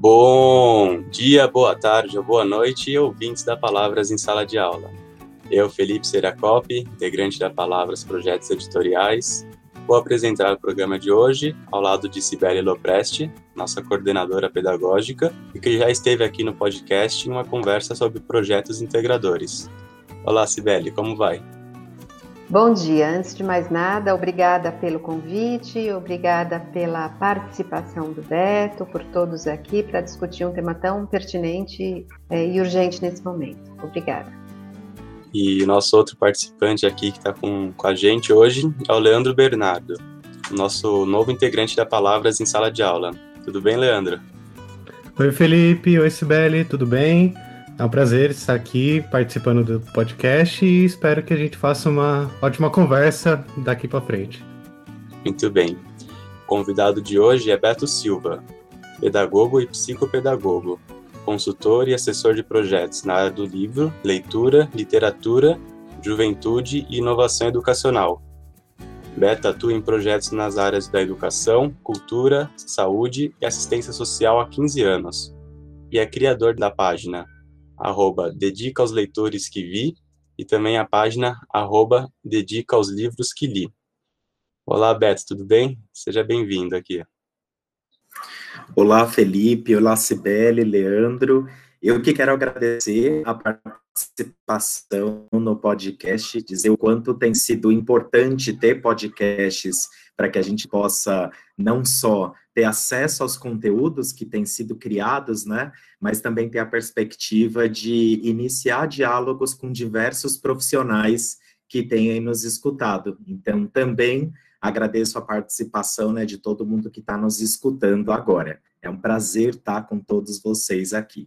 Bom dia, boa tarde ou boa noite, ouvintes da Palavras em Sala de Aula. Eu, Felipe Seracop, integrante da Palavras Projetos Editoriais, vou apresentar o programa de hoje ao lado de Cibele Lopresti, nossa coordenadora pedagógica, e que já esteve aqui no podcast em uma conversa sobre projetos integradores. Olá, Cibele, como vai? Bom dia. Antes de mais nada, obrigada pelo convite, obrigada pela participação do Beto, por todos aqui para discutir um tema tão pertinente e urgente nesse momento. Obrigada. E nosso outro participante aqui que está com a gente hoje é o Leandro Bernardo, nosso novo integrante da Palavras em Sala de Aula. Tudo bem, Leandro? Oi, Felipe. Oi, Cibele. Tudo bem? É um prazer estar aqui participando do podcast e espero que a gente faça uma ótima conversa daqui para frente. Muito bem. O convidado de hoje é Beto Silva, pedagogo e psicopedagogo, consultor e assessor de projetos na área do livro, leitura, literatura, juventude e inovação educacional. Beto atua em projetos nas áreas da educação, cultura, saúde e assistência social há 15 anos e é criador da página @dedica aos leitores que vi e também a página @dedica aos livros que li. Olá, Beto, tudo bem? Seja bem-vindo aqui. Olá, Felipe. Olá, Cibele, Leandro. Eu que quero agradecer a participação no podcast, dizer o quanto tem sido importante ter podcasts para que a gente possa não só ter acesso aos conteúdos que têm sido criados, né, mas também ter a perspectiva de iniciar diálogos com diversos profissionais que têm nos escutado. Então, também agradeço a participação, né, de todo mundo que está nos escutando agora. É um prazer estar com todos vocês aqui.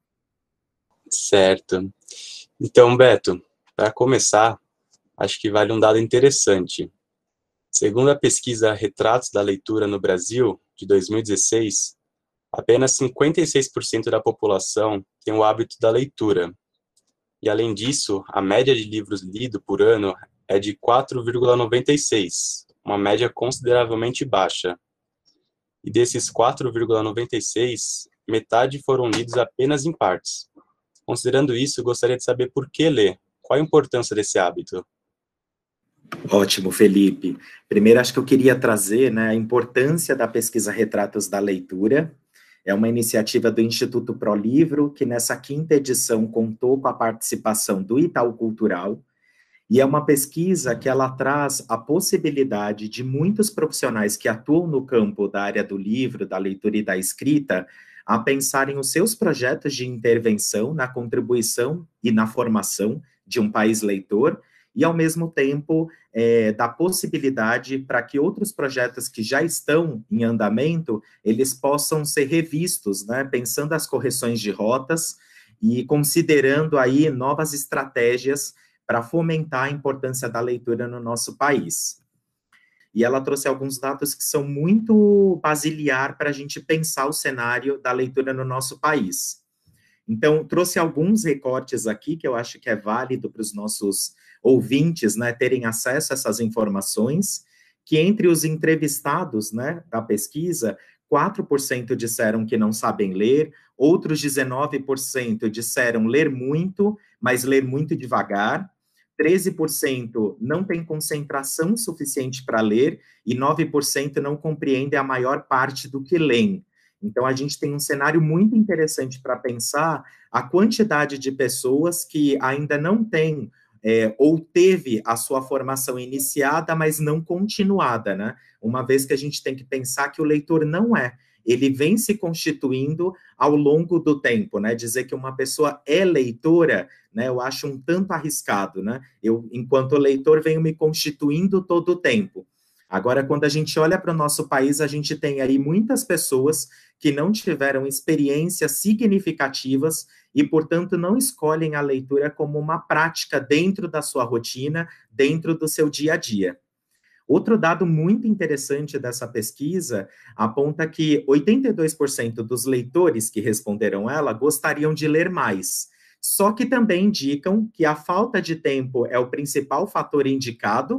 Certo. Então, Beto, para começar, acho que vale um dado interessante. Segundo a pesquisa Retratos da Leitura no Brasil, de 2016, apenas 56% da população tem o hábito da leitura. E, além disso, a média de livros lidos por ano é de 4,96, uma média consideravelmente baixa. E desses 4,96, metade foram lidos apenas em partes. Considerando isso, gostaria de saber por que ler. Qual a importância desse hábito? Ótimo, Felipe. Primeiro, acho que eu queria trazer, né, a importância da pesquisa Retratos da Leitura. É uma iniciativa do Instituto ProLivro, que nessa 5ª edição contou com a participação do Itaú Cultural, e é uma pesquisa que ela traz a possibilidade de muitos profissionais que atuam no campo da área do livro, da leitura e da escrita, a pensarem os seus projetos de intervenção na contribuição e na formação de um país leitor, e, ao mesmo tempo, da possibilidade para que outros projetos que já estão em andamento, eles possam ser revistos, né, pensando as correções de rotas e considerando aí novas estratégias para fomentar a importância da leitura no nosso país. E ela trouxe alguns dados que são muito basilar para a gente pensar o cenário da leitura no nosso país. Então, trouxe alguns recortes aqui que eu acho que é válido para os nossos ouvintes, né, terem acesso a essas informações, que entre os entrevistados, né, da pesquisa, 4% disseram que não sabem ler, outros 19% disseram ler muito, mas ler muito devagar, 13% não tem concentração suficiente para ler e 9% não compreendem a maior parte do que leem. Então, a gente tem um cenário muito interessante para pensar a quantidade de pessoas que ainda não têm ou teve a sua formação iniciada, mas não continuada, né? Uma vez que a gente tem que pensar que o leitor não é, ele vem se constituindo ao longo do tempo, né? Dizer que uma pessoa é leitora, né? Eu acho um tanto arriscado, né? Eu, enquanto leitor, venho me constituindo todo o tempo. Agora, quando a gente olha para o nosso país, a gente tem aí muitas pessoas que não tiveram experiências significativas e, portanto, não escolhem a leitura como uma prática dentro da sua rotina, dentro do seu dia a dia. Outro dado muito interessante dessa pesquisa aponta que 82% dos leitores que responderam ela gostariam de ler mais, só que também indicam que a falta de tempo é o principal fator indicado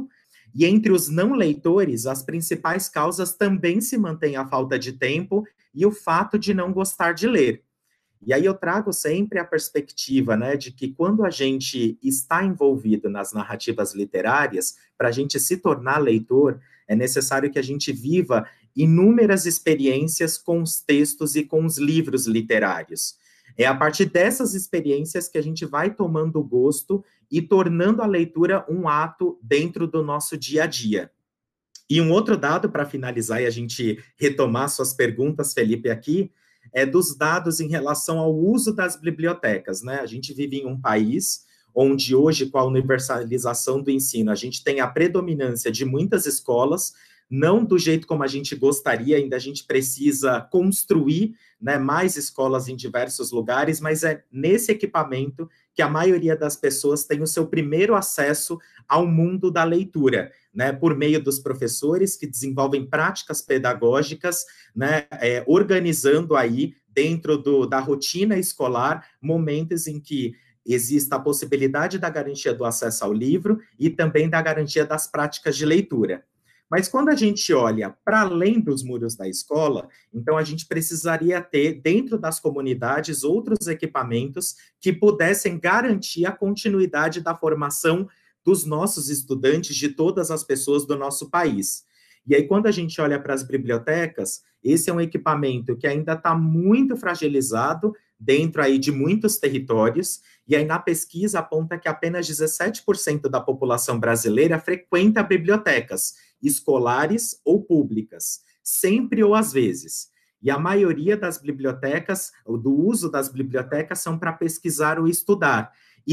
E entre os não leitores, as principais causas também se mantêm a falta de tempo e o fato de não gostar de ler. E aí eu trago sempre a perspectiva, né, de que quando a gente está envolvido nas narrativas literárias, para a gente se tornar leitor, é necessário que a gente viva inúmeras experiências com os textos e com os livros literários. É a partir dessas experiências que a gente vai tomando gosto e tornando a leitura um ato dentro do nosso dia a dia. E um outro dado para finalizar e a gente retomar suas perguntas, Felipe, aqui, é dos dados em relação ao uso das bibliotecas, né? A gente vive em um país onde hoje, com a universalização do ensino, a gente tem a predominância de muitas escolas, não do jeito como a gente gostaria, ainda a gente precisa construir, né, mais escolas em diversos lugares, mas é nesse equipamento que a maioria das pessoas tem o seu primeiro acesso ao mundo da leitura, né, por meio dos professores que desenvolvem práticas pedagógicas, né, organizando aí, dentro da rotina escolar, momentos em que exista a possibilidade da garantia do acesso ao livro e também da garantia das práticas de leitura. Mas quando a gente olha para além dos muros da escola, então a gente precisaria ter, dentro das comunidades, outros equipamentos que pudessem garantir a continuidade da formação dos nossos estudantes, de todas as pessoas do nosso país. E aí, quando a gente olha para as bibliotecas, esse é um equipamento que ainda está muito fragilizado dentro aí de muitos territórios, e aí na pesquisa aponta que apenas 17% da população brasileira frequenta bibliotecas, escolares ou públicas, sempre ou às vezes. E a maioria das bibliotecas, do uso das bibliotecas, são para pesquisar ou estudar. E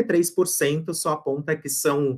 33% só aponta que são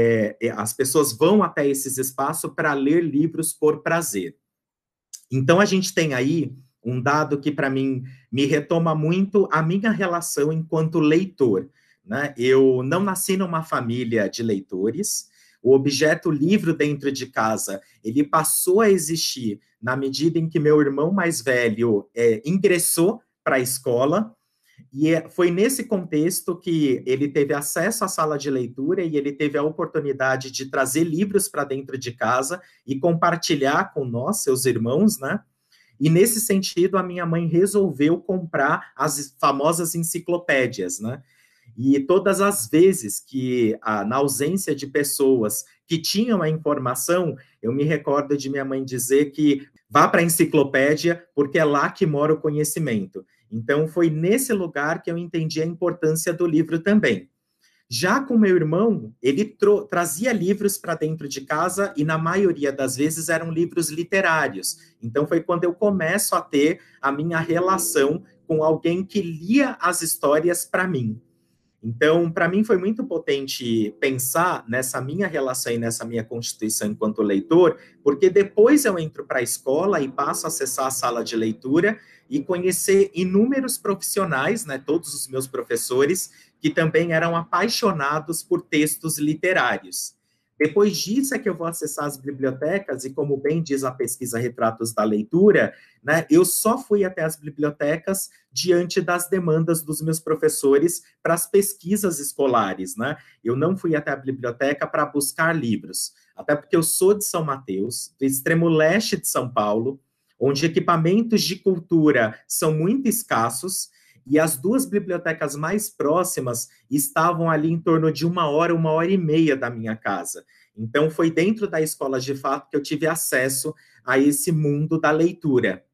as pessoas vão até esses espaços para ler livros por prazer. Então, a gente tem aí um dado que, para mim, me retoma muito a minha relação enquanto leitor, né? Eu não nasci numa família de leitores. O objeto livro dentro de casa, ele passou a existir na medida em que meu irmão mais velho ingressou para a escola, e foi nesse contexto que ele teve acesso à sala de leitura e ele teve a oportunidade de trazer livros para dentro de casa e compartilhar com nós, seus irmãos, né? E nesse sentido, a minha mãe resolveu comprar as famosas enciclopédias, né? E todas as vezes que, na ausência de pessoas que tinham a informação, eu me recordo de minha mãe dizer que vá para a enciclopédia, porque é lá que mora o conhecimento. Então, foi nesse lugar que eu entendi a importância do livro também. Já com meu irmão, ele trazia livros para dentro de casa e, na maioria das vezes, eram livros literários. Então, foi quando eu começo a ter a minha relação com alguém que lia as histórias para mim. Então, para mim foi muito potente pensar nessa minha relação e nessa minha constituição enquanto leitor, porque depois eu entro para a escola e passo a acessar a sala de leitura e conhecer inúmeros profissionais, né, todos os meus professores, que também eram apaixonados por textos literários. Depois disso é que eu vou acessar as bibliotecas, e como bem diz a pesquisa Retratos da Leitura, né, eu só fui até as bibliotecas diante das demandas dos meus professores para as pesquisas escolares, né? Eu não fui até a biblioteca para buscar livros, até porque eu sou de São Mateus, do extremo leste de São Paulo, onde equipamentos de cultura são muito escassos, e as duas bibliotecas mais próximas estavam ali em torno de 1 hora e meia da minha casa. Então, foi dentro da escola, de fato, que eu tive acesso a esse mundo da leitura.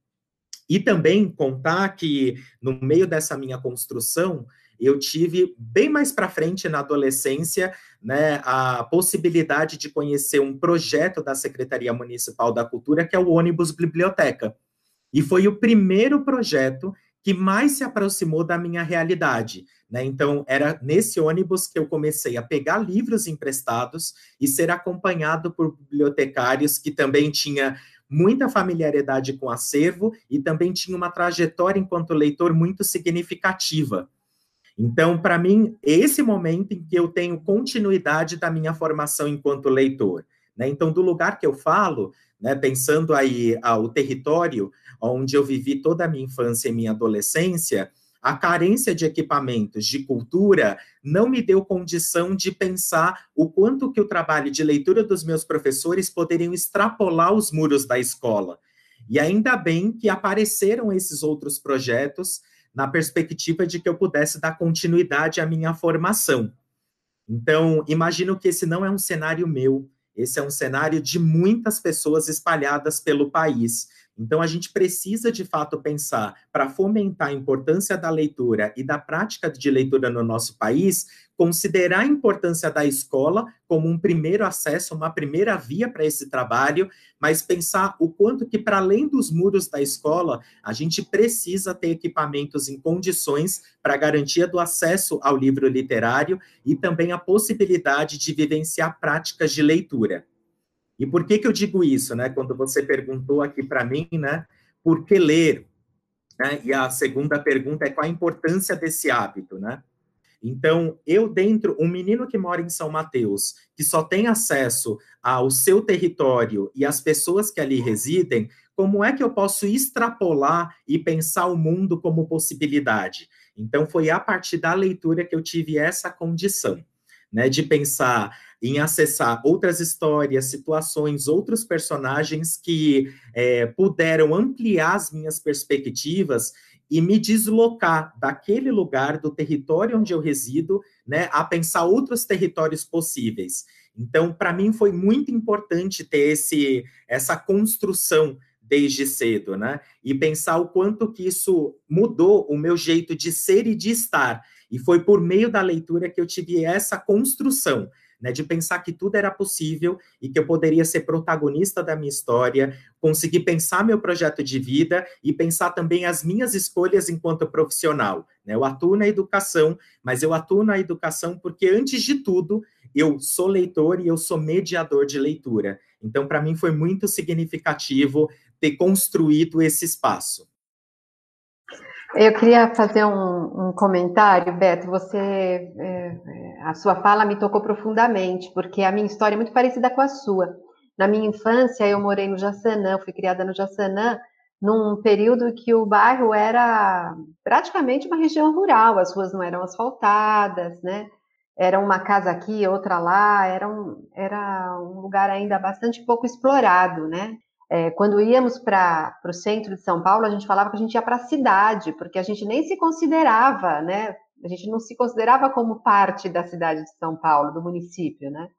E também contar que, no meio dessa minha construção, eu tive, bem mais para frente, na adolescência, né, a possibilidade de conhecer um projeto da Secretaria Municipal da Cultura, que é o Ônibus Biblioteca. E foi o primeiro projeto que mais se aproximou da minha realidade, né? Então, era nesse ônibus que eu comecei a pegar livros emprestados e ser acompanhado por bibliotecários que também tinha muita familiaridade com o acervo e também tinha uma trajetória enquanto leitor muito significativa. Então, para mim, é esse momento em que eu tenho continuidade da minha formação enquanto leitor, né? Então, do lugar que eu falo, né, pensando aí o território onde eu vivi toda a minha infância e minha adolescência, a carência de equipamentos de cultura não me deu condição de pensar o quanto que o trabalho de leitura dos meus professores poderiam extrapolar os muros da escola. E ainda bem que apareceram esses outros projetos na perspectiva de que eu pudesse dar continuidade à minha formação. Então, imagino que esse não é um cenário meu, esse é um cenário de muitas pessoas espalhadas pelo país. Então, a gente precisa, de fato, pensar para fomentar a importância da leitura e da prática de leitura no nosso país, considerar a importância da escola como um primeiro acesso, uma primeira via para esse trabalho, mas pensar o quanto que, para além dos muros da escola, a gente precisa ter equipamentos em condições para garantia do acesso ao livro literário e também a possibilidade de vivenciar práticas de leitura. E por que eu digo isso, né? Quando você perguntou aqui para mim, né? Por que ler? Né? E a segunda pergunta é qual a importância desse hábito, né? Então, um menino que mora em São Mateus, que só tem acesso ao seu território e às pessoas que ali residem, como é que eu posso extrapolar e pensar o mundo como possibilidade? Então, foi a partir da leitura que eu tive essa condição, né, de pensar em acessar outras histórias, situações, outros personagens que puderam ampliar as minhas perspectivas e me deslocar daquele lugar, do território onde eu resido, né, a pensar outros territórios possíveis. Então, para mim, foi muito importante ter essa construção desde cedo, né, e pensar o quanto que isso mudou o meu jeito de ser e de estar. E foi por meio da leitura que eu tive essa construção, né, de pensar que tudo era possível e que eu poderia ser protagonista da minha história, conseguir pensar meu projeto de vida e pensar também as minhas escolhas enquanto profissional, né? Eu atuo na educação, mas eu atuo na educação porque, antes de tudo, eu sou leitor e eu sou mediador de leitura. Então, para mim, foi muito significativo ter construído esse espaço. Eu queria fazer um comentário, Beto. A sua fala me tocou profundamente, porque a minha história é muito parecida com a sua. Na minha infância, eu morei no Jaçanã, fui criada no Jaçanã, num período que o bairro era praticamente uma região rural, as ruas não eram asfaltadas, né? Era uma casa aqui, outra lá, era um lugar ainda bastante pouco explorado, né? Quando íamos para o centro de São Paulo, a gente falava que a gente ia para a cidade, porque a gente nem se considerava, né? A gente não se considerava como parte da cidade de São Paulo, do município, né?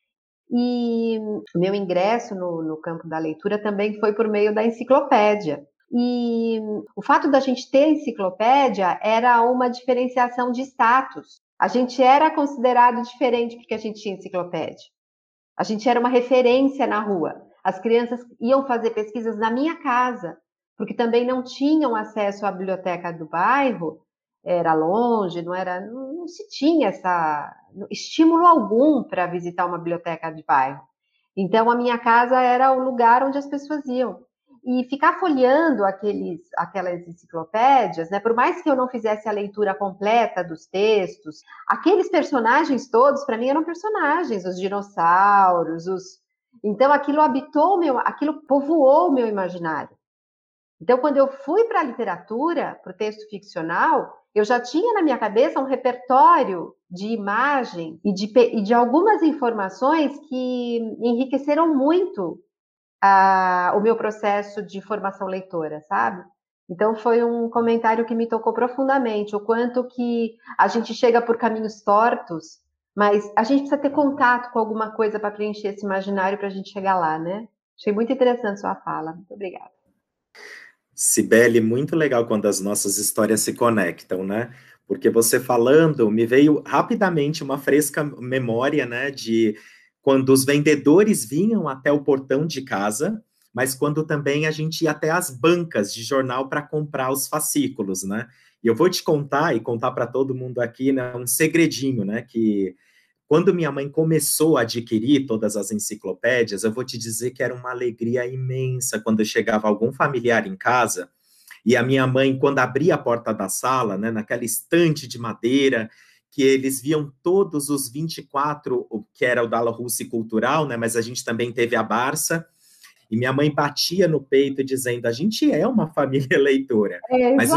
E o meu ingresso no campo da leitura também foi por meio da enciclopédia. E o fato da gente ter enciclopédia era uma diferenciação de status. A gente era considerado diferente porque a gente tinha enciclopédia. A gente era uma referência na rua. As crianças iam fazer pesquisas na minha casa, porque também não tinham acesso à biblioteca do bairro, era longe, não se tinha estímulo algum para visitar uma biblioteca de bairro. Então, a minha casa era o lugar onde as pessoas iam. E ficar folheando aquelas enciclopédias, né, por mais que eu não fizesse a leitura completa dos textos, aqueles personagens todos, para mim, eram personagens, os dinossauros, Então, aquilo povoou o meu imaginário. Então, quando eu fui para a literatura, para o texto ficcional, eu já tinha na minha cabeça um repertório de imagem e de algumas informações que enriqueceram muito o meu processo de formação leitora, sabe? Então, foi um comentário que me tocou profundamente, o quanto que a gente chega por caminhos tortos, mas a gente precisa ter contato com alguma coisa para preencher esse imaginário para a gente chegar lá, né? Achei muito interessante sua fala. Muito obrigada. Cibele, muito legal quando as nossas histórias se conectam, né? Porque você falando, me veio rapidamente uma fresca memória, né, de quando os vendedores vinham até o portão de casa, mas quando também a gente ia até as bancas de jornal para comprar os fascículos, né? E eu vou te contar, e contar para todo mundo aqui, né, um segredinho, né, que quando minha mãe começou a adquirir todas as enciclopédias, eu vou te dizer que era uma alegria imensa quando chegava algum familiar em casa, e a minha mãe, quando abria a porta da sala, né, naquela estante de madeira, que eles viam todos os 24, que era o Dalla Russa Cultural, né, mas a gente também teve a Barça, E minha mãe batia no peito dizendo, a gente é uma família leitora. Mas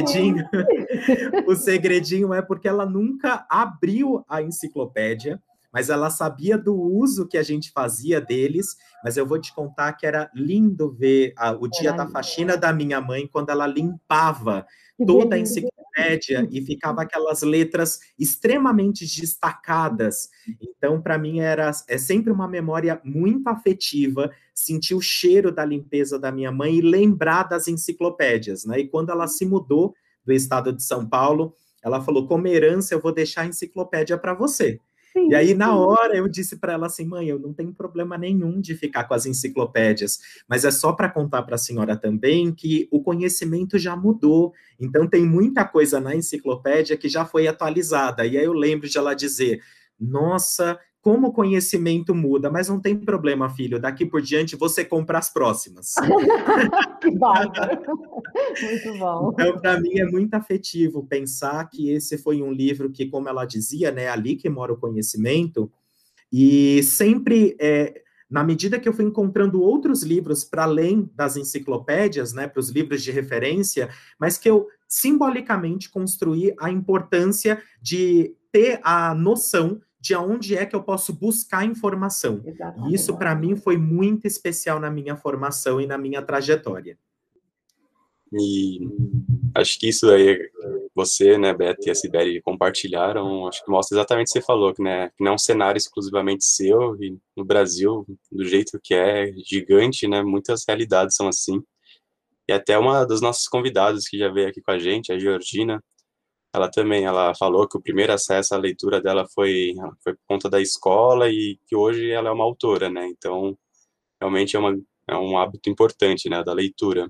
o segredinho é porque ela nunca abriu a enciclopédia, mas ela sabia do uso que a gente fazia deles, mas eu vou te contar que era lindo ver o dia da faxina da minha mãe, quando ela limpava toda a enciclopédia e ficava aquelas letras extremamente destacadas. Então, para mim, é sempre uma memória muito afetiva sentir o cheiro da limpeza da minha mãe e lembrar das enciclopédias, né? E quando ela se mudou do estado de São Paulo, ela falou, como herança, eu vou deixar a enciclopédia para você. Sim, e aí, na hora, eu disse para ela assim, mãe, eu não tenho problema nenhum de ficar com as enciclopédias, mas é só para contar para a senhora também que o conhecimento já mudou, então tem muita coisa na enciclopédia que já foi atualizada. E aí eu lembro de ela dizer, nossa, como o conhecimento muda, mas não tem problema, filho, daqui por diante você compra as próximas. Que bárbaro! Muito bom. Então, para mim, é muito afetivo pensar que esse foi um livro que, como ela dizia, né, ali que mora o conhecimento, e sempre, na medida que eu fui encontrando outros livros para além das enciclopédias, né, para os livros de referência, mas que eu simbolicamente construí a importância de ter a noção de onde é que eu posso buscar informação. Exatamente. E isso, para mim, foi muito especial na minha formação e na minha trajetória. E acho que isso aí, você, né, Beto e a Sibeli compartilharam, acho que mostra exatamente o que você falou, que, né, que não é um cenário exclusivamente seu, e no Brasil, do jeito que é, gigante, né, muitas realidades são assim. E até uma dos nossos convidados que já veio aqui com a gente, a Georgina, ela falou que o primeiro acesso à leitura dela foi por conta da escola e que hoje ela é uma autora, né, então realmente é um hábito importante, né, da leitura.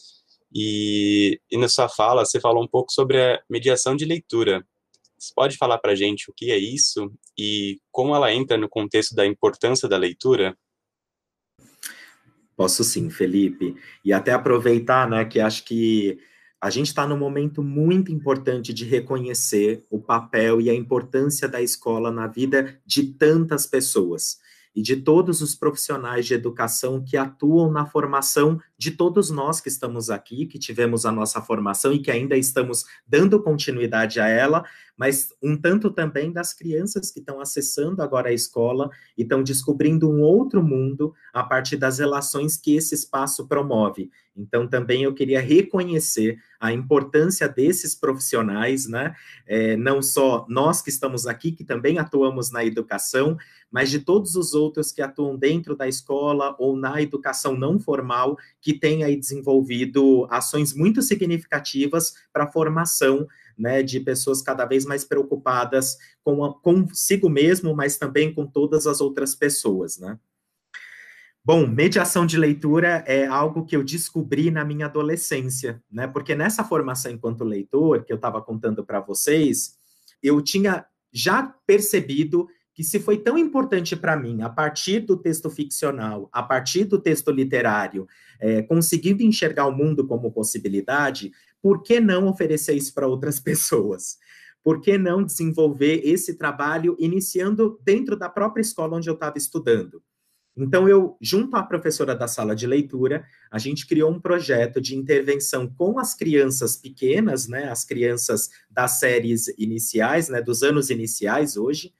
E na sua fala, você falou um pouco sobre a mediação de leitura. Você pode falar para a gente o que é isso e como ela entra no contexto da importância da leitura? Posso sim, Felipe. E até aproveitar, né, que acho que a gente está num momento muito importante de reconhecer o papel e a importância da escola na vida de tantas pessoas e de todos os profissionais de educação que atuam na formação de todos nós que estamos aqui, que tivemos a nossa formação e que ainda estamos dando continuidade a ela, mas um tanto também das crianças que estão acessando agora a escola e estão descobrindo um outro mundo a partir das relações que esse espaço promove. Então, também eu queria reconhecer a importância desses profissionais, né? Não só nós que estamos aqui, que também atuamos na educação, mas de todos os outros que atuam dentro da escola ou na educação não formal, que têm aí desenvolvido ações muito significativas para a formação, né, de pessoas cada vez mais preocupadas consigo mesmo, mas também com todas as outras pessoas, né? Bom, mediação de leitura é algo que eu descobri na minha adolescência, né? Porque nessa formação enquanto leitor, que eu estava contando para vocês, eu tinha já percebido que se foi tão importante para mim, a partir do texto ficcional, a partir do texto literário, conseguindo enxergar o mundo como possibilidade, por que não oferecer isso para outras pessoas? Por que não desenvolver esse trabalho iniciando dentro da própria escola onde eu estava estudando? Então, eu, junto à professora da sala de leitura, a gente criou um projeto de intervenção com as crianças pequenas, né, as crianças das séries iniciais, né, dos anos iniciais hoje,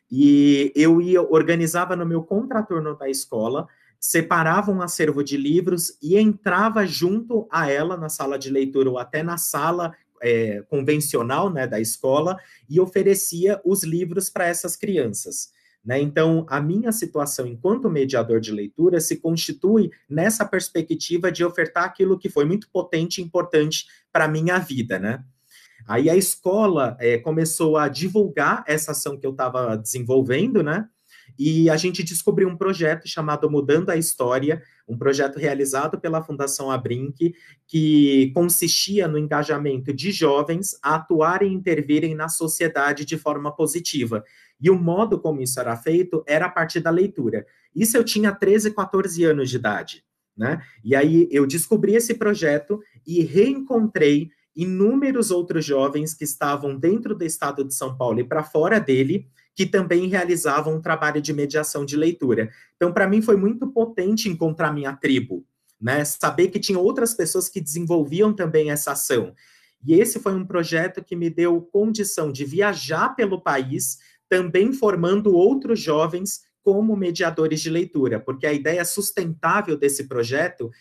e eu organizava no meu contraturno da escola, separava um acervo de livros e entrava junto a ela na sala de leitura ou até na sala convencional, né, da escola e oferecia os livros para essas crianças. Né? Então, a minha situação enquanto mediador de leitura se constitui nessa perspectiva de ofertar aquilo que foi muito potente e importante para a minha vida, né? Aí a escola começou a divulgar essa ação que eu estava desenvolvendo, né? E a gente descobriu um projeto chamado Mudando a História, um projeto realizado pela Fundação Abrinq, que consistia no engajamento de jovens a atuarem e intervirem na sociedade de forma positiva. E o modo como isso era feito era a partir da leitura. Isso eu tinha 13, 14 anos de idade, né? E aí eu descobri esse projeto e reencontrei inúmeros outros jovens que estavam dentro do estado de São Paulo e para fora dele, que também realizavam um trabalho de mediação de leitura. Então, para mim, foi muito potente encontrar minha tribo, né? Saber que tinha outras pessoas que desenvolviam também essa ação. E esse foi um projeto que me deu condição de viajar pelo país, também formando outros jovens como mediadores de leitura, porque a ideia sustentável desse projeto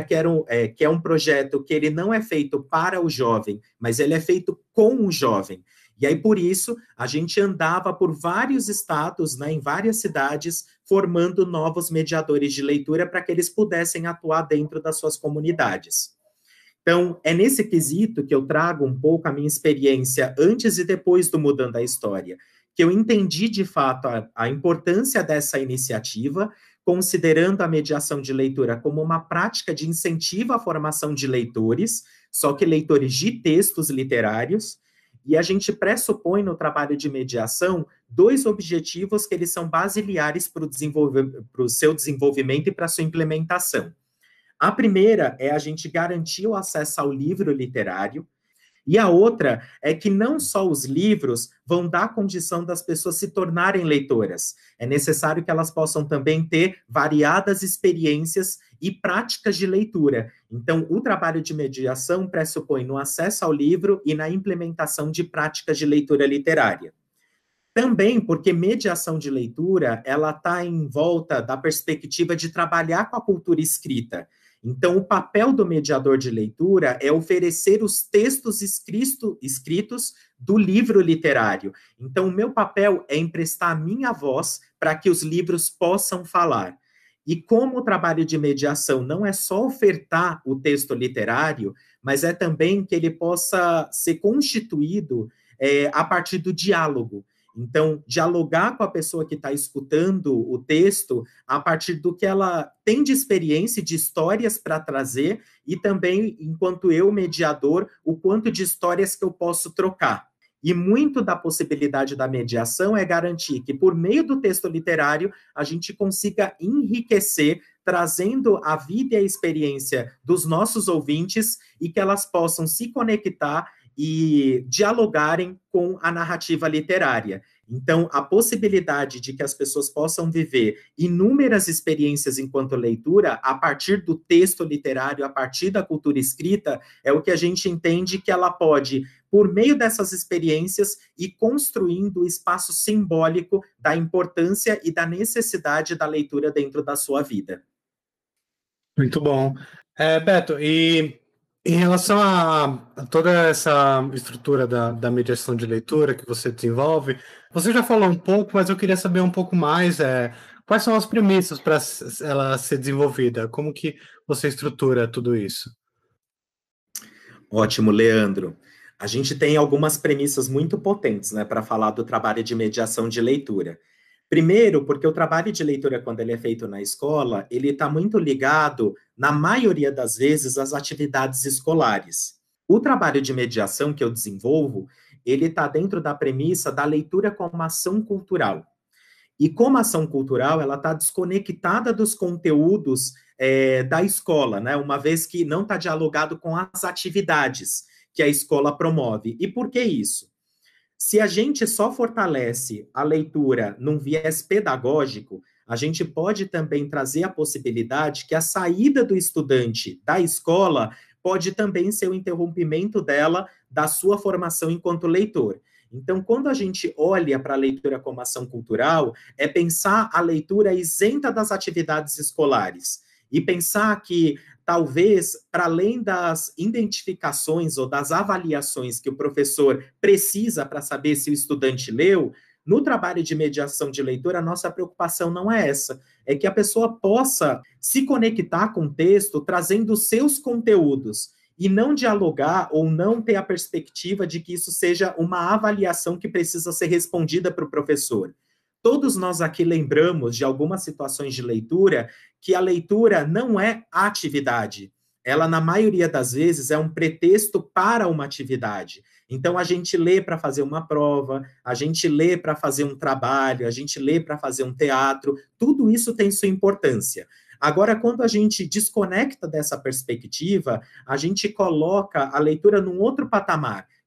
que é um projeto que ele não é feito para o jovem, mas ele é feito com o jovem. E aí, por isso, a gente andava por vários estados, né, em várias cidades, formando novos mediadores de leitura para que eles pudessem atuar dentro das suas comunidades. Então, é nesse quesito que eu trago um pouco a minha experiência antes e depois do Mudando a História, que eu entendi, de fato, a importância dessa iniciativa, considerando a mediação de leitura como uma prática de incentivo à formação de leitores, só que leitores de textos literários, e a gente pressupõe no trabalho de mediação 2 objetivos que eles são basilares para o seu desenvolvimento e para a sua implementação. A primeira é a gente garantir o acesso ao livro literário, e a outra é que não só os livros vão dar condição das pessoas se tornarem leitoras, é necessário que elas possam também ter variadas experiências e práticas de leitura. Então, o trabalho de mediação pressupõe no acesso ao livro e na implementação de práticas de leitura literária. Também porque mediação de leitura, ela está em volta da perspectiva de trabalhar com a cultura escrita. Então, o papel do mediador de leitura é oferecer os textos escritos do livro literário. Então, o meu papel é emprestar a minha voz para que os livros possam falar. E como o trabalho de mediação não é só ofertar o texto literário, mas é também que ele possa ser constituído a partir do diálogo. Então, dialogar com a pessoa que está escutando o texto a partir do que ela tem de experiência, de histórias para trazer, e também, enquanto eu, mediador, o quanto de histórias que eu posso trocar. E muito da possibilidade da mediação é garantir que, por meio do texto literário, a gente consiga enriquecer, trazendo a vida e a experiência dos nossos ouvintes e que elas possam se conectar e dialogarem com a narrativa literária. Então, a possibilidade de que as pessoas possam viver inúmeras experiências enquanto leitura, a partir do texto literário, a partir da cultura escrita, é o que a gente entende que ela pode, por meio dessas experiências, ir construindo o espaço simbólico da importância e da necessidade da leitura dentro da sua vida. Muito bom. Beto, e em relação a toda essa estrutura da mediação de leitura que você desenvolve, você já falou um pouco, mas eu queria saber um pouco mais, quais são as premissas para ela ser desenvolvida? Como que você estrutura tudo isso? Ótimo, Leandro. A gente tem algumas premissas muito potentes, né, para falar do trabalho de mediação de leitura. Primeiro, porque o trabalho de leitura, quando ele é feito na escola, ele está muito ligado, na maioria das vezes, às atividades escolares. O trabalho de mediação que eu desenvolvo, ele está dentro da premissa da leitura como ação cultural. E como ação cultural, ela está desconectada dos conteúdos da escola, né? Uma vez que não está dialogado com as atividades que a escola promove. E por que isso? Se a gente só fortalece a leitura num viés pedagógico, a gente pode também trazer a possibilidade que a saída do estudante da escola pode também ser o interrompimento dela da sua formação enquanto leitor. Então, quando a gente olha para a leitura como ação cultural, é pensar a leitura isenta das atividades escolares e pensar que talvez, para além das identificações ou das avaliações que o professor precisa para saber se o estudante leu, no trabalho de mediação de leitura, a nossa preocupação não é essa, é que a pessoa possa se conectar com o texto trazendo seus conteúdos e não dialogar ou não ter a perspectiva de que isso seja uma avaliação que precisa ser respondida para o professor. Todos nós aqui lembramos de algumas situações de leitura que a leitura não é atividade. Ela, na maioria das vezes, é um pretexto para uma atividade. Então, a gente lê para fazer uma prova, a gente lê para fazer um trabalho, a gente lê para fazer um teatro, tudo isso tem sua importância. Agora, quando a gente desconecta dessa perspectiva, a gente coloca a leitura num outro patamar,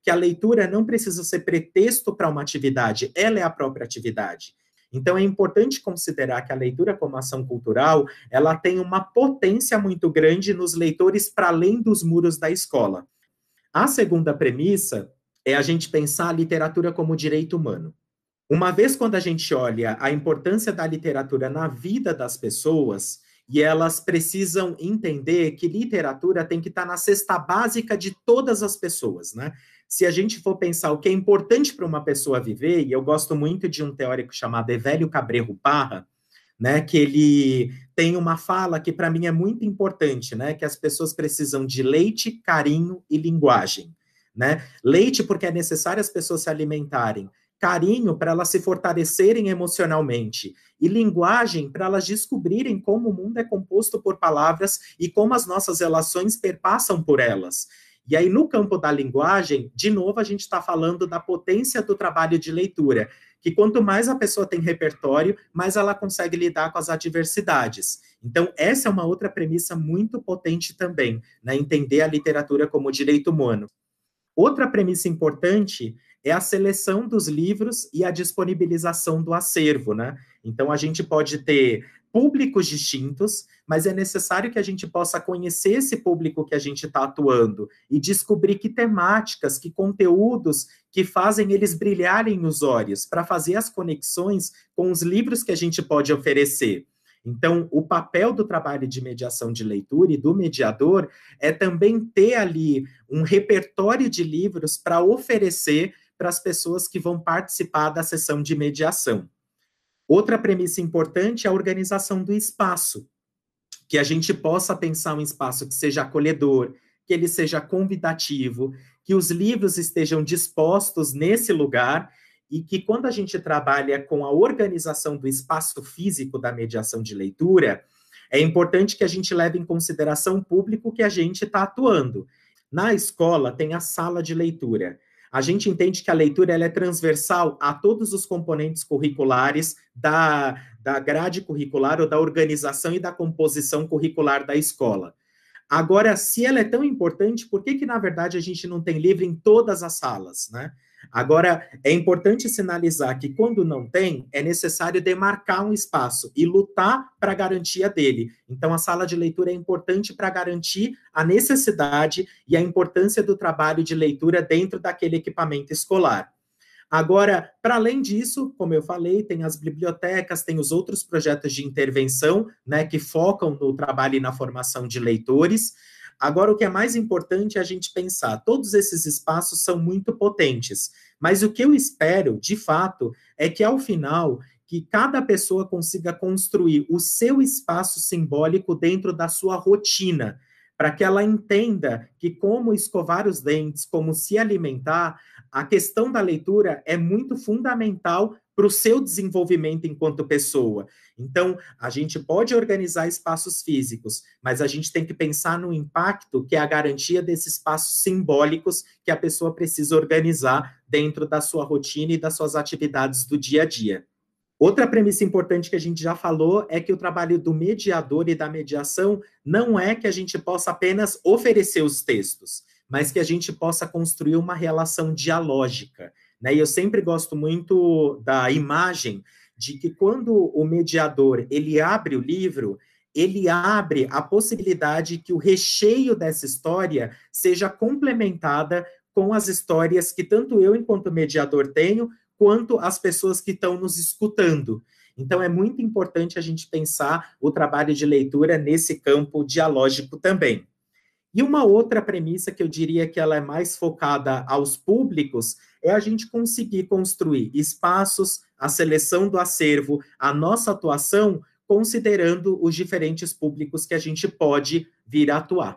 que a leitura não precisa ser pretexto para uma atividade, ela é a própria atividade. Então, é importante considerar que a leitura como ação cultural, ela tem uma potência muito grande nos leitores para além dos muros da escola. A segunda premissa é a gente pensar a literatura como direito humano. Uma vez quando a gente olha a importância da literatura na vida das pessoas, e elas precisam entender que literatura tem que estar na cesta básica de todas as pessoas, né? Se a gente for pensar o que é importante para uma pessoa viver, e eu gosto muito de um teórico chamado Evelio Cabrejo Parra, né, que ele tem uma fala que para mim é muito importante, né, que as pessoas precisam de leite, carinho e linguagem, né? Leite porque é necessário as pessoas se alimentarem, carinho para elas se fortalecerem emocionalmente e linguagem para elas descobrirem como o mundo é composto por palavras e como as nossas relações perpassam por elas. E aí, no campo da linguagem, de novo, a gente está falando da potência do trabalho de leitura, que quanto mais a pessoa tem repertório, mais ela consegue lidar com as adversidades. Então, essa é uma outra premissa muito potente também, né? Entender a literatura como direito humano. Outra premissa importante é a seleção dos livros e a disponibilização do acervo, né? Então, a gente pode ter públicos distintos, mas é necessário que a gente possa conhecer esse público que a gente está atuando e descobrir que temáticas, que conteúdos que fazem eles brilharem os olhos, para fazer as conexões com os livros que a gente pode oferecer. Então, o papel do trabalho de mediação de leitura e do mediador é também ter ali um repertório de livros para oferecer para as pessoas que vão participar da sessão de mediação. Outra premissa importante é a organização do espaço, que a gente possa pensar um espaço que seja acolhedor, que ele seja convidativo, que os livros estejam dispostos nesse lugar e que quando a gente trabalha com a organização do espaço físico da mediação de leitura, é importante que a gente leve em consideração o público que a gente está atuando. Na escola tem a sala de leitura. A gente entende que a leitura ela é transversal a todos os componentes curriculares da grade curricular ou da organização e da composição curricular da escola. Agora, se ela é tão importante, por que na verdade, a gente não tem livro em todas as salas, né? Agora, é importante sinalizar que quando não tem, é necessário demarcar um espaço e lutar para a garantia dele. Então, a sala de leitura é importante para garantir a necessidade e a importância do trabalho de leitura dentro daquele equipamento escolar. Agora, para além disso, como eu falei, tem as bibliotecas, tem os outros projetos de intervenção, né, que focam no trabalho e na formação de leitores. Agora, o que é mais importante é a gente pensar, todos esses espaços são muito potentes, mas o que eu espero, de fato, é que, ao final, que cada pessoa consiga construir o seu espaço simbólico dentro da sua rotina, para que ela entenda que como escovar os dentes, como se alimentar, a questão da leitura é muito fundamental para o seu desenvolvimento enquanto pessoa. Então, a gente pode organizar espaços físicos, mas a gente tem que pensar no impacto que é a garantia desses espaços simbólicos que a pessoa precisa organizar dentro da sua rotina e das suas atividades do dia a dia. Outra premissa importante que a gente já falou é que o trabalho do mediador e da mediação não é que a gente possa apenas oferecer os textos, mas que a gente possa construir uma relação dialógica, né? E eu sempre gosto muito da imagem de que quando o mediador ele abre o livro, ele abre a possibilidade que o recheio dessa história seja complementada com as histórias que tanto eu, enquanto mediador, tenho, quanto as pessoas que estão nos escutando. Então, é muito importante a gente pensar o trabalho de leitura nesse campo dialógico também. E uma outra premissa que eu diria que ela é mais focada aos públicos é a gente conseguir construir espaços, a seleção do acervo, a nossa atuação, considerando os diferentes públicos que a gente pode vir a atuar.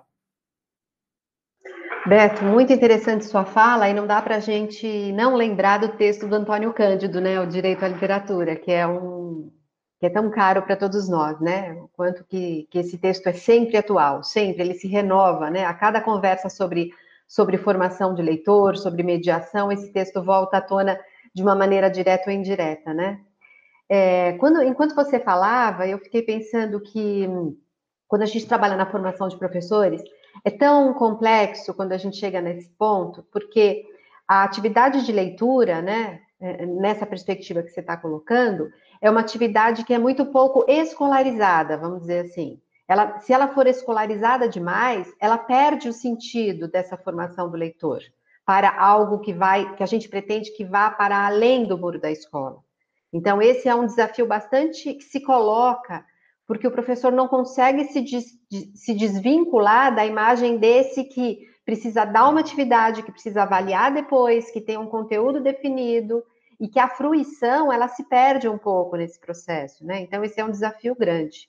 Beto, muito interessante sua fala, e não dá para a gente não lembrar do texto do Antônio Cândido, né, o Direito à Literatura, que é tão caro para todos nós, né, o quanto que esse texto é sempre atual, sempre, ele se renova, né, a cada conversa sobre formação de leitor, sobre mediação, esse texto volta à tona de uma maneira direta ou indireta, né. Enquanto você falava, eu fiquei pensando que quando a gente trabalha na formação de professores, é tão complexo quando a gente chega nesse ponto, porque a atividade de leitura, né, nessa perspectiva que você está colocando, é uma atividade que é muito pouco escolarizada, vamos dizer assim. Se ela for escolarizada demais, ela perde o sentido dessa formação do leitor para algo que a gente pretende que vá para além do muro da escola. Então, esse é um desafio bastante que se coloca, porque o professor não consegue se desvincular da imagem desse que precisa dar uma atividade, que precisa avaliar depois, que tem um conteúdo definido, e que a fruição, ela se perde um pouco nesse processo, né? Então, esse é um desafio grande.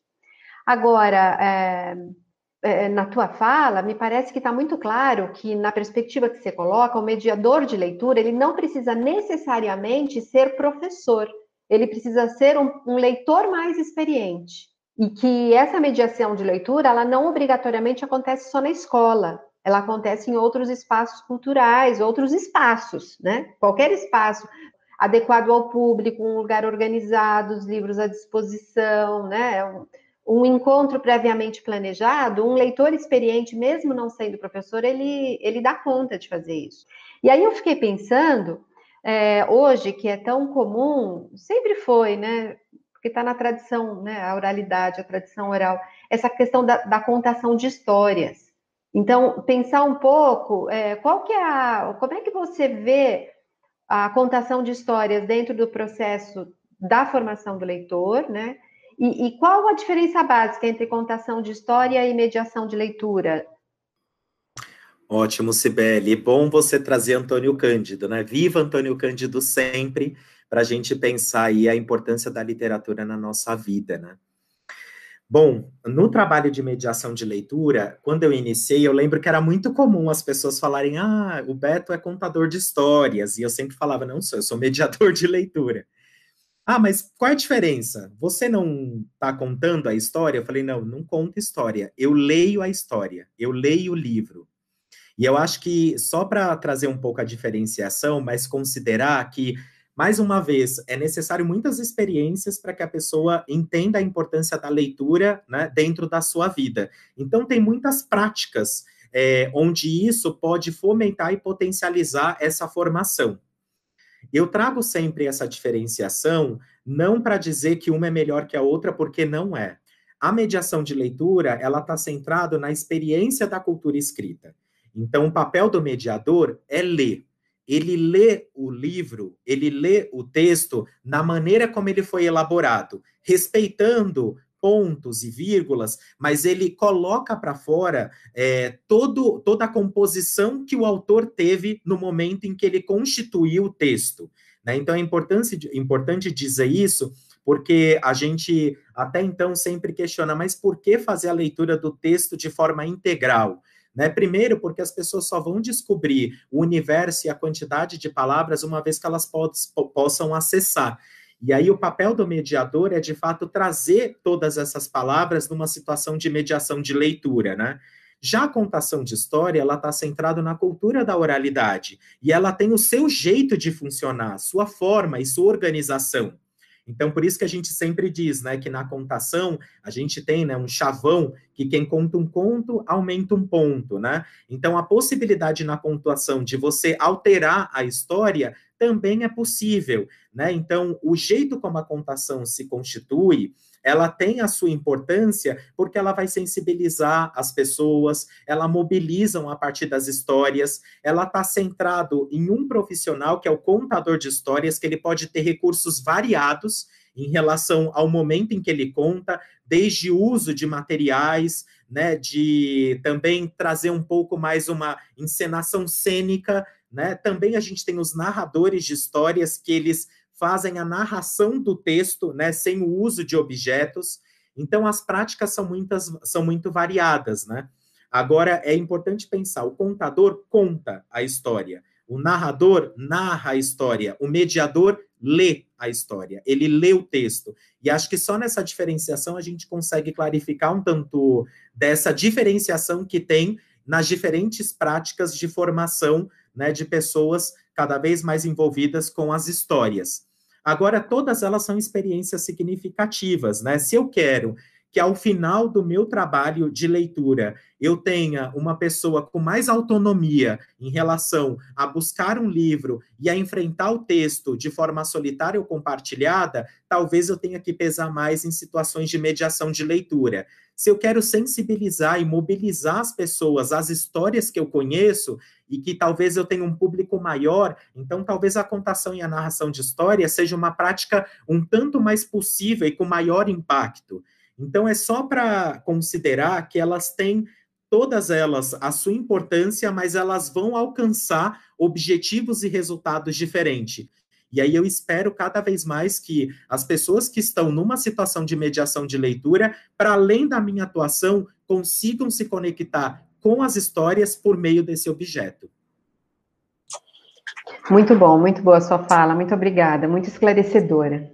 Agora, na tua fala, me parece que está muito claro que, na perspectiva que você coloca, o mediador de leitura, ele não precisa necessariamente ser professor, ele precisa ser um leitor mais experiente. E que essa mediação de leitura, ela não obrigatoriamente acontece só na escola, ela acontece em outros espaços culturais, outros espaços, né? Qualquer espaço adequado ao público, um lugar organizado, os livros à disposição, né? Um encontro previamente planejado, um leitor experiente, mesmo não sendo professor, ele dá conta de fazer isso. E aí eu fiquei pensando, hoje, que é tão comum, sempre foi, né? Porque está na tradição, né? A oralidade, a tradição oral, essa questão da contação de histórias. Então, pensar um pouco, como é que você vê a contação de histórias dentro do processo da formação do leitor, né? E qual a diferença básica entre contação de história e mediação de leitura? Ótimo, Cibele. Bom você trazer Antônio Cândido, né? Viva Antônio Cândido sempre, para a gente pensar aí a importância da literatura na nossa vida, né? Bom, no trabalho de mediação de leitura, quando eu iniciei, eu lembro que era muito comum as pessoas falarem, o Beto é contador de histórias, e eu sempre falava, não sou, eu sou mediador de leitura. Mas qual é a diferença? Você não está contando a história? Eu falei, não conto história, eu leio a história, eu leio o livro. E eu acho que, só para trazer um pouco a diferenciação, mas considerar que, mais uma vez, é necessário muitas experiências para que a pessoa entenda a importância da leitura, né, dentro da sua vida. Então, tem muitas práticas onde isso pode fomentar e potencializar essa formação. Eu trago sempre essa diferenciação, não para dizer que uma é melhor que a outra, porque não é. A mediação de leitura, ela está centrada na experiência da cultura escrita. Então, o papel do mediador é ler. Ele lê o livro, ele lê o texto na maneira como ele foi elaborado, respeitando pontos e vírgulas, mas ele coloca para fora toda a composição que o autor teve no momento em que ele constituiu o texto, né? Então, é importante dizer isso, porque a gente até então sempre questiona, mas por que fazer a leitura do texto de forma integral? Né? Primeiro, porque as pessoas só vão descobrir o universo e a quantidade de palavras uma vez que elas possam acessar. E aí o papel do mediador é, de fato, trazer todas essas palavras numa situação de mediação de leitura, né? Já a contação de história, ela está centrada na cultura da oralidade, e ela tem o seu jeito de funcionar, sua forma e sua organização. Então, por isso que a gente sempre diz, né, que na contação a gente tem, né, um chavão que quem conta um conto aumenta um ponto, né? Então, a possibilidade na pontuação de você alterar a história também é possível, né? Então, o jeito como a contação se constitui, ela tem a sua importância porque ela vai sensibilizar as pessoas, ela mobilizam a partir das histórias, ela está centrado em um profissional que é o contador de histórias, que ele pode ter recursos variados em relação ao momento em que ele conta, desde o uso de materiais, né, de também trazer um pouco mais uma encenação cênica, né? Também a gente tem os narradores de histórias que eles fazem a narração do texto, né, sem o uso de objetos. Então, as práticas são muito variadas, né? Agora, é importante pensar, o contador conta a história, o narrador narra a história, o mediador lê a história, ele lê o texto. E acho que só nessa diferenciação a gente consegue clarificar um tanto dessa diferenciação que tem nas diferentes práticas de formação, né, de pessoas cada vez mais envolvidas com as histórias. Agora, todas elas são experiências significativas, né? Se eu quero que ao final do meu trabalho de leitura eu tenha uma pessoa com mais autonomia em relação a buscar um livro e a enfrentar o texto de forma solitária ou compartilhada, talvez eu tenha que pesar mais em situações de mediação de leitura. Se eu quero sensibilizar e mobilizar as pessoas às histórias que eu conheço e que talvez eu tenha um público maior, então talvez a contação e a narração de história seja uma prática um tanto mais possível e com maior impacto. Então, é só para considerar que elas têm, todas elas, a sua importância, mas elas vão alcançar objetivos e resultados diferentes. E aí eu espero cada vez mais que as pessoas que estão numa situação de mediação de leitura, para além da minha atuação, consigam se conectar com as histórias por meio desse objeto. Muito bom, muito boa a sua fala, muito obrigada, muito esclarecedora.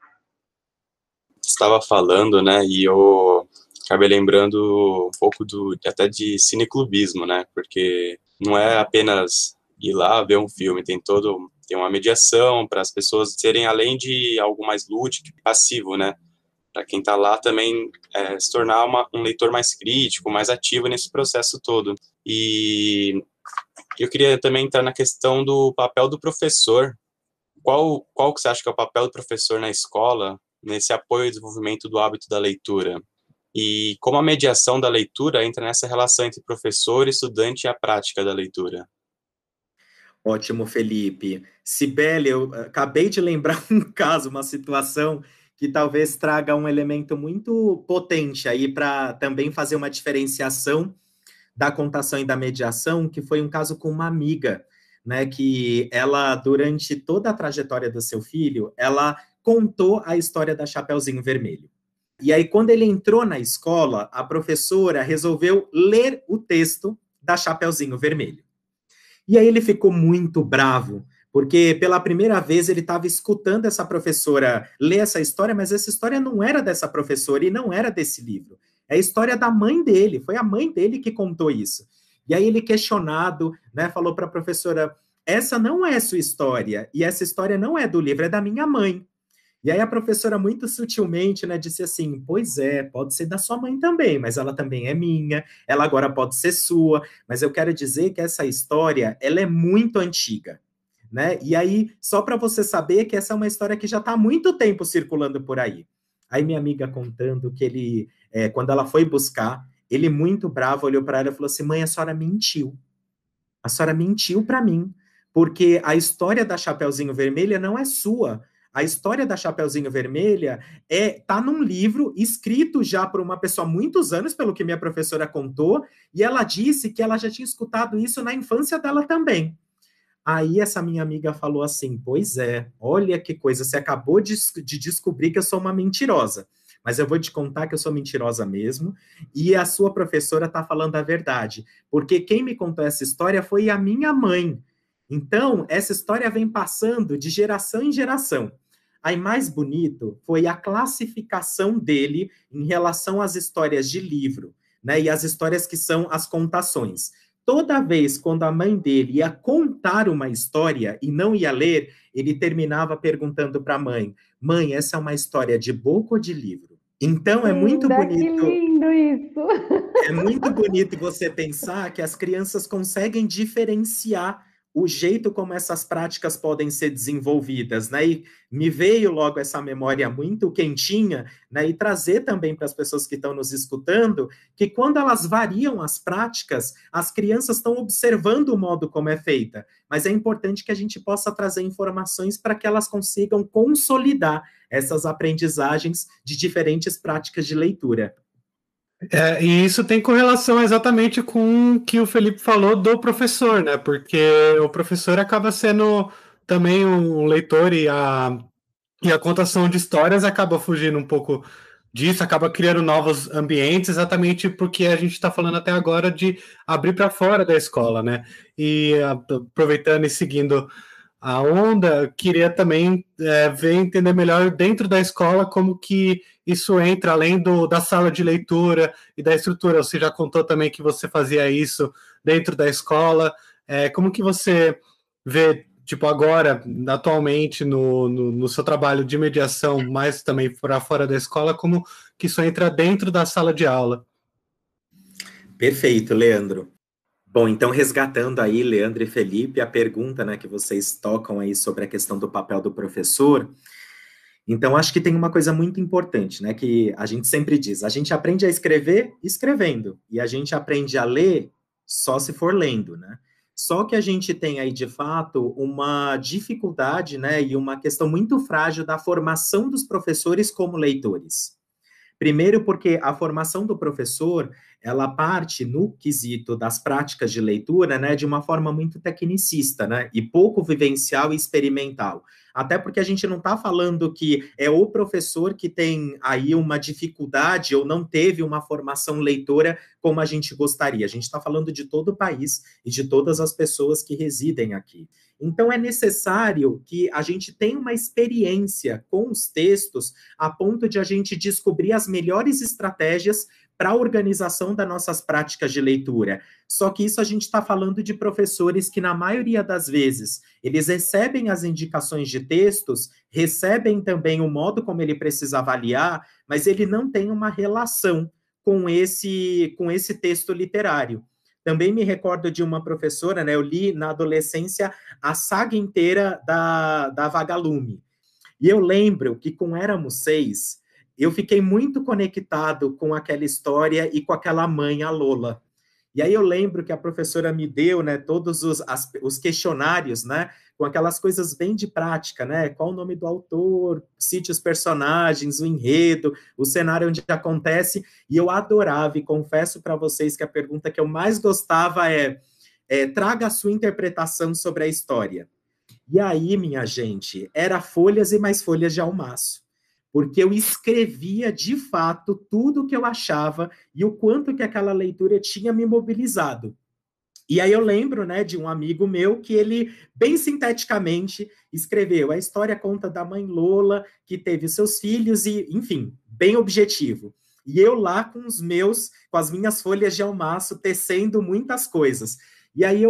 Estava falando, né, e eu acabei lembrando um pouco até de cineclubismo, né, porque não é apenas ir lá ver um filme, tem uma mediação para as pessoas serem, além de algo mais lúdico, passivo, né, para quem está lá também se tornar um leitor mais crítico, mais ativo nesse processo todo. E eu queria também entrar na questão do papel do professor. Qual que você acha que é o papel do professor na escola, nesse apoio ao desenvolvimento do hábito da leitura? E como a mediação da leitura entra nessa relação entre professor, estudante e a prática da leitura? Ótimo, Felipe. Cibele, eu acabei de lembrar um caso, uma situação que talvez traga um elemento muito potente aí para também fazer uma diferenciação da contação e da mediação, que foi um caso com uma amiga, né, que ela, durante toda a trajetória do seu filho, ela contou a história da Chapeuzinho Vermelho. E aí, quando ele entrou na escola, a professora resolveu ler o texto da Chapeuzinho Vermelho. E aí ele ficou muito bravo, porque pela primeira vez ele estava escutando essa professora ler essa história, mas essa história não era dessa professora e não era desse livro. É a história da mãe dele, foi a mãe dele que contou isso. E aí ele, questionado, né, falou para a professora, essa não é sua história, e essa história não é do livro, é da minha mãe. E aí a professora, muito sutilmente, né, disse assim, pois é, pode ser da sua mãe também, mas ela também é minha, ela agora pode ser sua, mas eu quero dizer que essa história, ela é muito antiga, né? E aí, só para você saber que essa é uma história que já está há muito tempo circulando por aí. Aí minha amiga contando que ele, quando ela foi buscar, ele muito bravo olhou para ela e falou assim, mãe, a senhora mentiu. A senhora mentiu para mim, porque a história da Chapeuzinho Vermelha não é sua. A história da Chapeuzinho Vermelha tá num livro escrito já por uma pessoa há muitos anos, pelo que minha professora contou, e ela disse que ela já tinha escutado isso na infância dela também. Aí essa minha amiga falou assim, pois é, olha que coisa, você acabou de descobrir que eu sou uma mentirosa, mas eu vou te contar que eu sou mentirosa mesmo, e a sua professora está falando a verdade, porque quem me contou essa história foi a minha mãe. Então, essa história vem passando de geração em geração. Aí, mais bonito foi a classificação dele em relação às histórias de livro, né, e as histórias que são as contações. Toda vez quando a mãe dele ia contar uma história e não ia ler, ele terminava perguntando para a mãe, mãe, essa é uma história de boca ou de livro? Então, é muito bonito. Que lindo isso! É muito bonito você pensar que as crianças conseguem diferenciar o jeito como essas práticas podem ser desenvolvidas, né? E me veio logo essa memória muito quentinha, né? E trazer também para as pessoas que estão nos escutando, que quando elas variam as práticas, as crianças estão observando o modo como é feita, mas é importante que a gente possa trazer informações para que elas consigam consolidar essas aprendizagens de diferentes práticas de leitura. E isso tem correlação exatamente com o que o Felipe falou do professor, né? Porque o professor acaba sendo também um leitor e a contação de histórias acaba fugindo um pouco disso, acaba criando novos ambientes, exatamente porque a gente está falando até agora de abrir para fora da escola, né? E aproveitando e seguindo a onda, queria também entender melhor dentro da escola como que isso entra além da sala de leitura e da estrutura. Você já contou também que você fazia isso dentro da escola. Como que você vê tipo, agora, atualmente, no seu trabalho de mediação, mas também para fora da escola, como que isso entra dentro da sala de aula? Perfeito, Leandro. Bom, então resgatando aí, Leandro e Felipe, a pergunta, né, que vocês tocam aí sobre a questão do papel do professor. Então, acho que tem uma coisa muito importante, né, que a gente sempre diz, a gente aprende a escrever escrevendo, e a gente aprende a ler só se for lendo, né? Só que a gente tem aí, de fato, uma dificuldade, né, e uma questão muito frágil da formação dos professores como leitores. Primeiro, porque a formação do professor, ela parte no quesito das práticas de leitura, né, de uma forma muito tecnicista, né, e pouco vivencial e experimental. Até porque a gente não está falando que é o professor que tem aí uma dificuldade ou não teve uma formação leitora como a gente gostaria. A gente está falando de todo o país e de todas as pessoas que residem aqui. Então, é necessário que a gente tenha uma experiência com os textos a ponto de a gente descobrir as melhores estratégias para a organização das nossas práticas de leitura. Só que isso a gente está falando de professores que, na maioria das vezes, eles recebem as indicações de textos, recebem também o modo como ele precisa avaliar, mas ele não tem uma relação com esse texto literário. Também me recordo de uma professora, né, eu li na adolescência a saga inteira da Vagalume. E eu lembro que, com Éramos Seis, eu fiquei muito conectado com aquela história e com aquela mãe, a Lola. E aí eu lembro que a professora me deu, né, todos os questionários, né, com aquelas coisas bem de prática, né, qual o nome do autor, cite os personagens, o enredo, o cenário onde acontece, e eu adorava, e confesso para vocês que a pergunta que eu mais gostava traga a sua interpretação sobre a história. E aí, minha gente, era folhas e mais folhas de almaço, porque eu escrevia de fato tudo o que eu achava e o quanto que aquela leitura tinha me mobilizado. E aí eu lembro, né, de um amigo meu que ele, bem sinteticamente, escreveu: a história conta da mãe Lola, que teve seus filhos e, enfim, bem objetivo. E eu lá com as minhas folhas de almaço, tecendo muitas coisas. E aí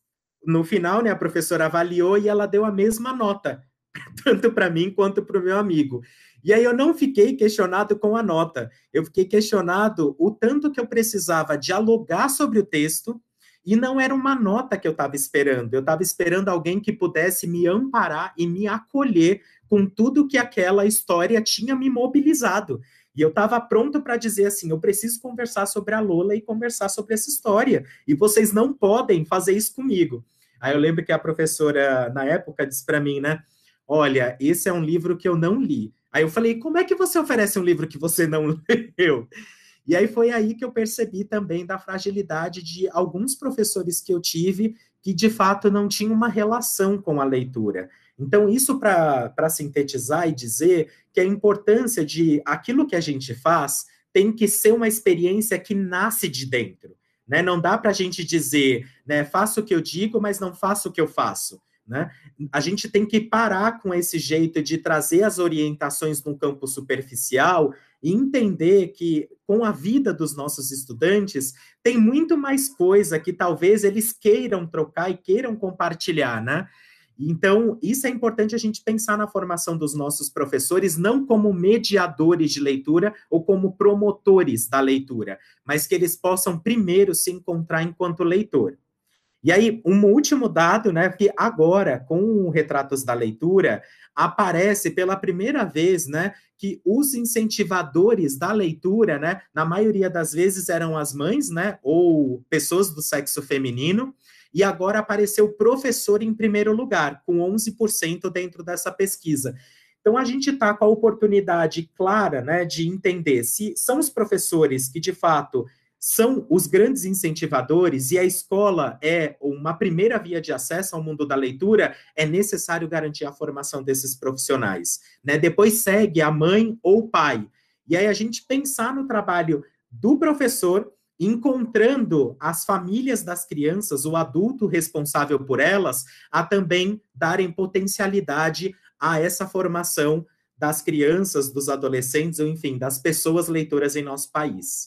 no final, né, a professora avaliou e ela deu a mesma nota, tanto para mim quanto para o meu amigo. E aí eu não fiquei questionado com a nota, eu fiquei questionado o tanto que eu precisava dialogar sobre o texto, e não era uma nota que eu estava esperando alguém que pudesse me amparar e me acolher com tudo que aquela história tinha me mobilizado. E eu estava pronto para dizer assim, eu preciso conversar sobre a Lola e conversar sobre essa história, e vocês não podem fazer isso comigo. Aí eu lembro que a professora, na época, disse para mim, né, olha, esse é um livro que eu não li. Aí eu falei, como é que você oferece um livro que você não leu? E aí foi aí que eu percebi também da fragilidade de alguns professores que eu tive que, de fato, não tinham uma relação com a leitura. Então, isso para sintetizar e dizer que a importância de aquilo que a gente faz tem que ser uma experiência que nasce de dentro. Né? Não dá para a gente dizer, né, faço o que eu digo, mas não faço o que eu faço. Né? A gente tem que parar com esse jeito de trazer as orientações no campo superficial e entender que, com a vida dos nossos estudantes, tem muito mais coisa que talvez eles queiram trocar e queiram compartilhar, né? Então, isso é importante a gente pensar na formação dos nossos professores, não como mediadores de leitura ou como promotores da leitura, mas que eles possam primeiro se encontrar enquanto leitor. E aí, um último dado, né, que agora, com o Retratos da Leitura, aparece pela primeira vez, né, que os incentivadores da leitura, né, na maioria das vezes eram as mães, né, ou pessoas do sexo feminino, e agora apareceu o professor em primeiro lugar, com 11% dentro dessa pesquisa. Então, a gente está com a oportunidade clara, né, de entender se são os professores que, de fato, são os grandes incentivadores e a escola é uma primeira via de acesso ao mundo da leitura, é necessário garantir a formação desses profissionais. Né? Depois segue a mãe ou o pai. E aí a gente pensar no trabalho do professor, encontrando as famílias das crianças, o adulto responsável por elas, a também darem potencialidade a essa formação das crianças, dos adolescentes, ou enfim, das pessoas leitoras em nosso país.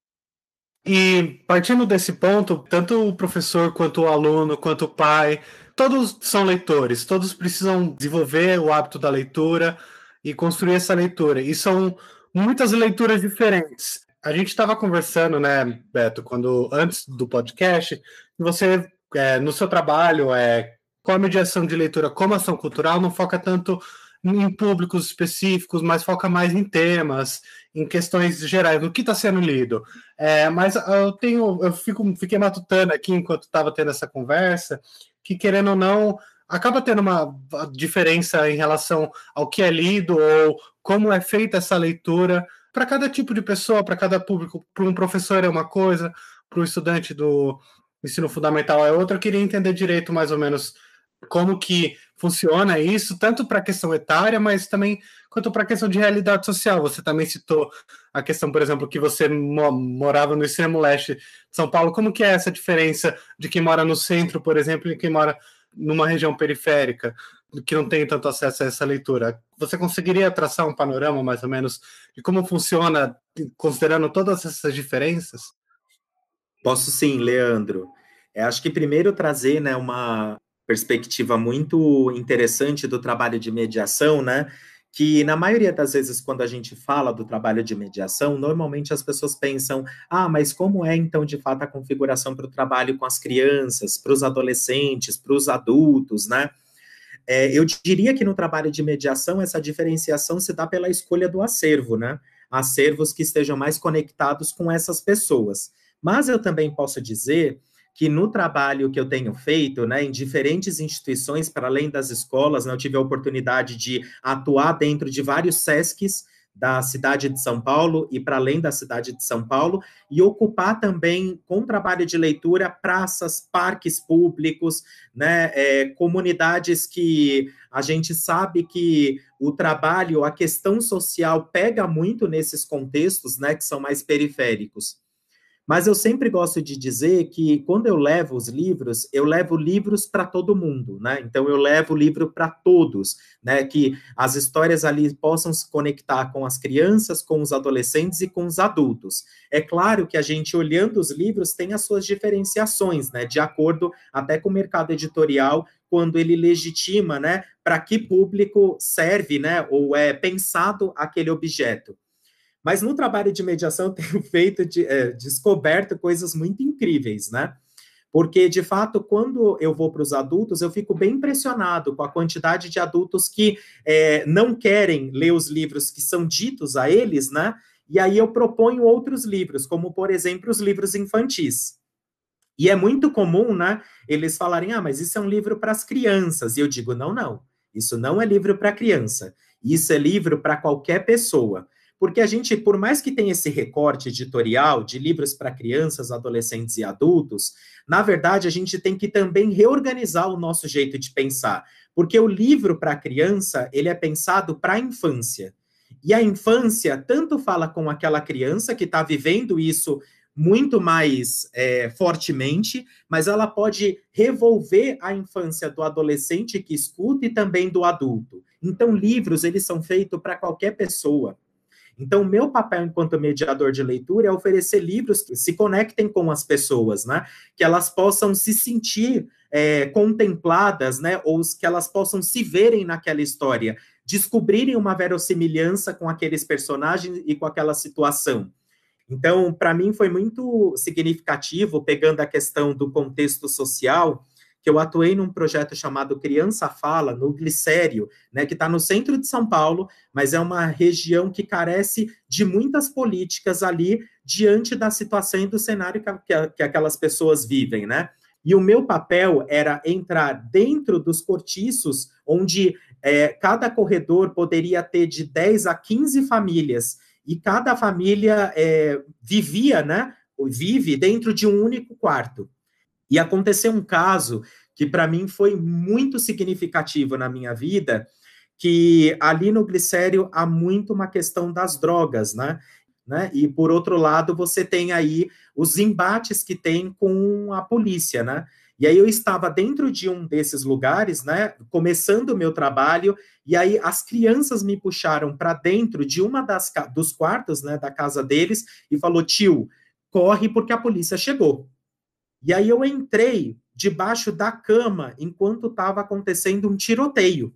E partindo desse ponto, tanto o professor, quanto o aluno, quanto o pai, todos são leitores, todos precisam desenvolver o hábito da leitura e construir essa leitura, e são muitas leituras diferentes. A gente estava conversando, né, Beto, antes do podcast, você, no seu trabalho, com a mediação de leitura como ação cultural, não foca tanto em públicos específicos, mas foca mais em temas, em questões gerais, no que está sendo lido. Mas fiquei matutando aqui, enquanto estava tendo essa conversa, que, querendo ou não, acaba tendo uma diferença em relação ao que é lido ou como é feita essa leitura para cada tipo de pessoa, para cada público. Para um professor é uma coisa, para o estudante do ensino fundamental é outra. Eu queria entender direito, mais ou menos, como que funciona isso, tanto para a questão etária, mas também quanto para a questão de realidade social. Você também citou a questão, por exemplo, que você morava no extremo leste de São Paulo. Como que é essa diferença de quem mora no centro, por exemplo, e quem mora numa região periférica, que não tem tanto acesso a essa leitura? Você conseguiria traçar um panorama, mais ou menos, de como funciona, considerando todas essas diferenças? Posso sim, Leandro. Acho que primeiro trazer, né, uma perspectiva muito interessante do trabalho de mediação, né, que na maioria das vezes quando a gente fala do trabalho de mediação, normalmente as pessoas pensam, mas como é então de fato a configuração para o trabalho com as crianças, para os adolescentes, para os adultos, né? Eu diria que no trabalho de mediação essa diferenciação se dá pela escolha do acervo, né? Acervos que estejam mais conectados com essas pessoas. Mas eu também posso dizer que no trabalho que eu tenho feito, né, em diferentes instituições, para além das escolas, né, eu tive a oportunidade de atuar dentro de vários SESCs da cidade de São Paulo e para além da cidade de São Paulo, e ocupar também, com trabalho de leitura, praças, parques públicos, né, comunidades que a gente sabe que o trabalho, a questão social pega muito nesses contextos, né, que são mais periféricos. Mas eu sempre gosto de dizer que quando eu levo os livros, eu levo livros para todo mundo, né? Então eu levo o livro para todos, né? Que as histórias ali possam se conectar com as crianças, com os adolescentes e com os adultos. É claro que a gente, olhando os livros, tem as suas diferenciações, né? De acordo até com o mercado editorial, quando ele legitima, né? Para que público serve, né? Ou é pensado aquele objeto. Mas no trabalho de mediação eu tenho descoberto coisas muito incríveis, né? Porque, de fato, quando eu vou para os adultos, eu fico bem impressionado com a quantidade de adultos que não querem ler os livros que são ditos a eles, né? E aí eu proponho outros livros, como, por exemplo, os livros infantis. E é muito comum, né? Eles falarem, mas isso é um livro para as crianças. E eu digo, não. Isso não é livro para criança. Isso é livro para qualquer pessoa. Porque a gente, por mais que tenha esse recorte editorial de livros para crianças, adolescentes e adultos, na verdade, a gente tem que também reorganizar o nosso jeito de pensar. Porque o livro para criança, ele é pensado para a infância. E a infância tanto fala com aquela criança que está vivendo isso muito mais fortemente, mas ela pode revolver a infância do adolescente que escuta e também do adulto. Então, livros, eles são feitos para qualquer pessoa. Então, o meu papel enquanto mediador de leitura é oferecer livros que se conectem com as pessoas, né? Que elas possam se sentir contempladas, né? Ou que elas possam se verem naquela história, descobrirem uma verossimilhança com aqueles personagens e com aquela situação. Então, para mim foi muito significativo, pegando a questão do contexto social, que eu atuei num projeto chamado Criança Fala, no Glicério, né, que está no centro de São Paulo, mas é uma região que carece de muitas políticas ali, diante da situação e do cenário que aquelas pessoas vivem, né? E o meu papel era entrar dentro dos cortiços, onde cada corredor poderia ter de 10 a 15 famílias, e cada família vivia, né, vive dentro de um único quarto. E aconteceu um caso que para mim foi muito significativo na minha vida, que ali no Glicério há muito uma questão das drogas, né? E por outro lado, você tem aí os embates que tem com a polícia, né? E aí eu estava dentro de um desses lugares, né, começando o meu trabalho, e aí as crianças me puxaram para dentro de uma dos quartos, né, da casa deles, e falou, tio, corre porque a polícia chegou. E aí eu entrei debaixo da cama enquanto estava acontecendo um tiroteio.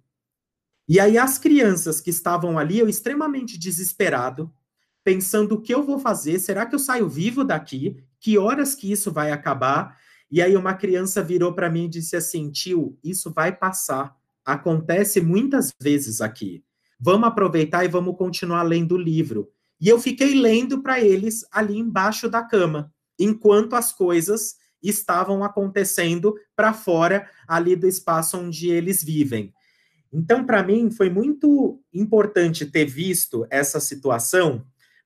E aí as crianças que estavam ali, eu extremamente desesperado, pensando o que eu vou fazer, será que eu saio vivo daqui? Que horas que isso vai acabar? E aí uma criança virou para mim e disse assim, tio, isso vai passar, acontece muitas vezes aqui. Vamos aproveitar e vamos continuar lendo o livro. E eu fiquei lendo para eles ali embaixo da cama, enquanto as coisas estavam acontecendo para fora ali do espaço onde eles vivem. Então, para mim, foi muito importante ter visto essa situação,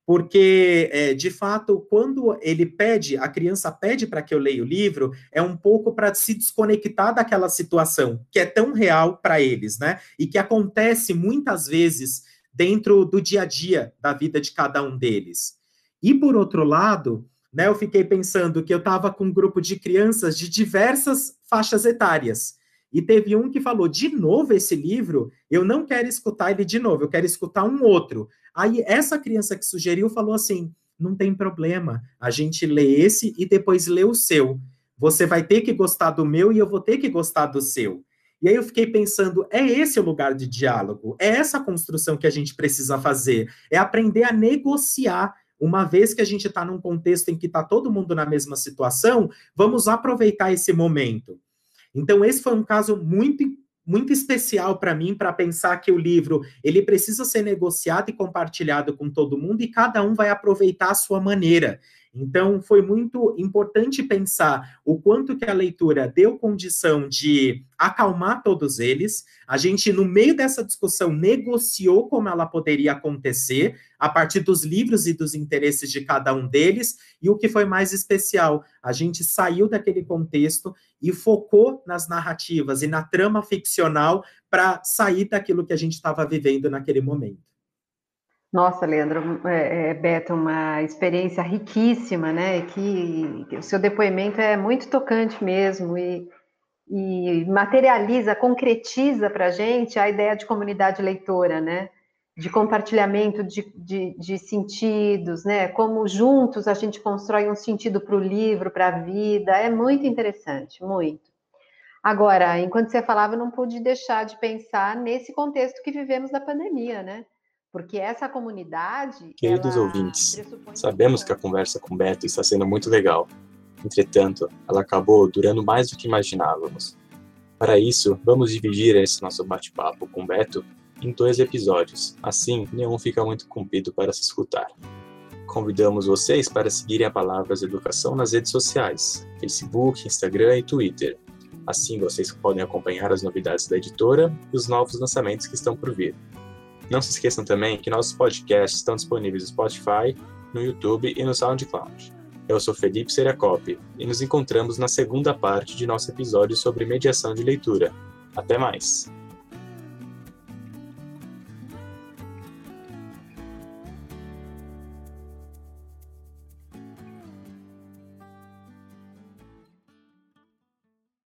porque, de fato, quando a criança pede para que eu leia o livro, é um pouco para se desconectar daquela situação, que é tão real para eles, né? E que acontece muitas vezes dentro do dia a dia da vida de cada um deles. E, por outro lado, né, eu fiquei pensando que eu estava com um grupo de crianças de diversas faixas etárias, e teve um que falou, de novo esse livro? Eu não quero escutar ele de novo, eu quero escutar um outro. Aí essa criança que sugeriu falou assim, não tem problema, a gente lê esse e depois lê o seu. Você vai ter que gostar do meu e eu vou ter que gostar do seu. E aí eu fiquei pensando, é esse o lugar de diálogo? É essa construção que a gente precisa fazer? É aprender a negociar. Uma vez que a gente está num contexto em que está todo mundo na mesma situação, vamos aproveitar esse momento. Então, esse foi um caso muito, muito especial para mim, para pensar que o livro ele precisa ser negociado e compartilhado com todo mundo e cada um vai aproveitar a sua maneira. Então, foi muito importante pensar o quanto que a leitura deu condição de acalmar todos eles. A gente, no meio dessa discussão, negociou como ela poderia acontecer, a partir dos livros e dos interesses de cada um deles, e o que foi mais especial, a gente saiu daquele contexto e focou nas narrativas e na trama ficcional para sair daquilo que a gente estava vivendo naquele momento. Nossa, Leandro, Beto, uma experiência riquíssima, né? Que o seu depoimento é muito tocante mesmo e materializa, concretiza para a gente a ideia de comunidade leitora, né? De compartilhamento de sentidos, né? Como juntos a gente constrói um sentido para o livro, para a vida. É muito interessante, muito. Agora, enquanto você falava, eu não pude deixar de pensar nesse contexto que vivemos da pandemia, né? Porque essa comunidade... Queridos ouvintes, sabemos que a conversa com Beto está sendo muito legal. Entretanto, ela acabou durando mais do que imaginávamos. Para isso, vamos dividir esse nosso bate-papo com Beto em 2 episódios, assim nenhum fica muito comprido para se escutar. Convidamos vocês para seguirem a Palavras Educação nas redes sociais, Facebook, Instagram e Twitter. Assim vocês podem acompanhar as novidades da editora e os novos lançamentos que estão por vir. Não se esqueçam também que nossos podcasts estão disponíveis no Spotify, no YouTube e no SoundCloud. Eu sou Felipe Seriacopi e nos encontramos na segunda parte de nosso episódio sobre mediação de leitura. Até mais!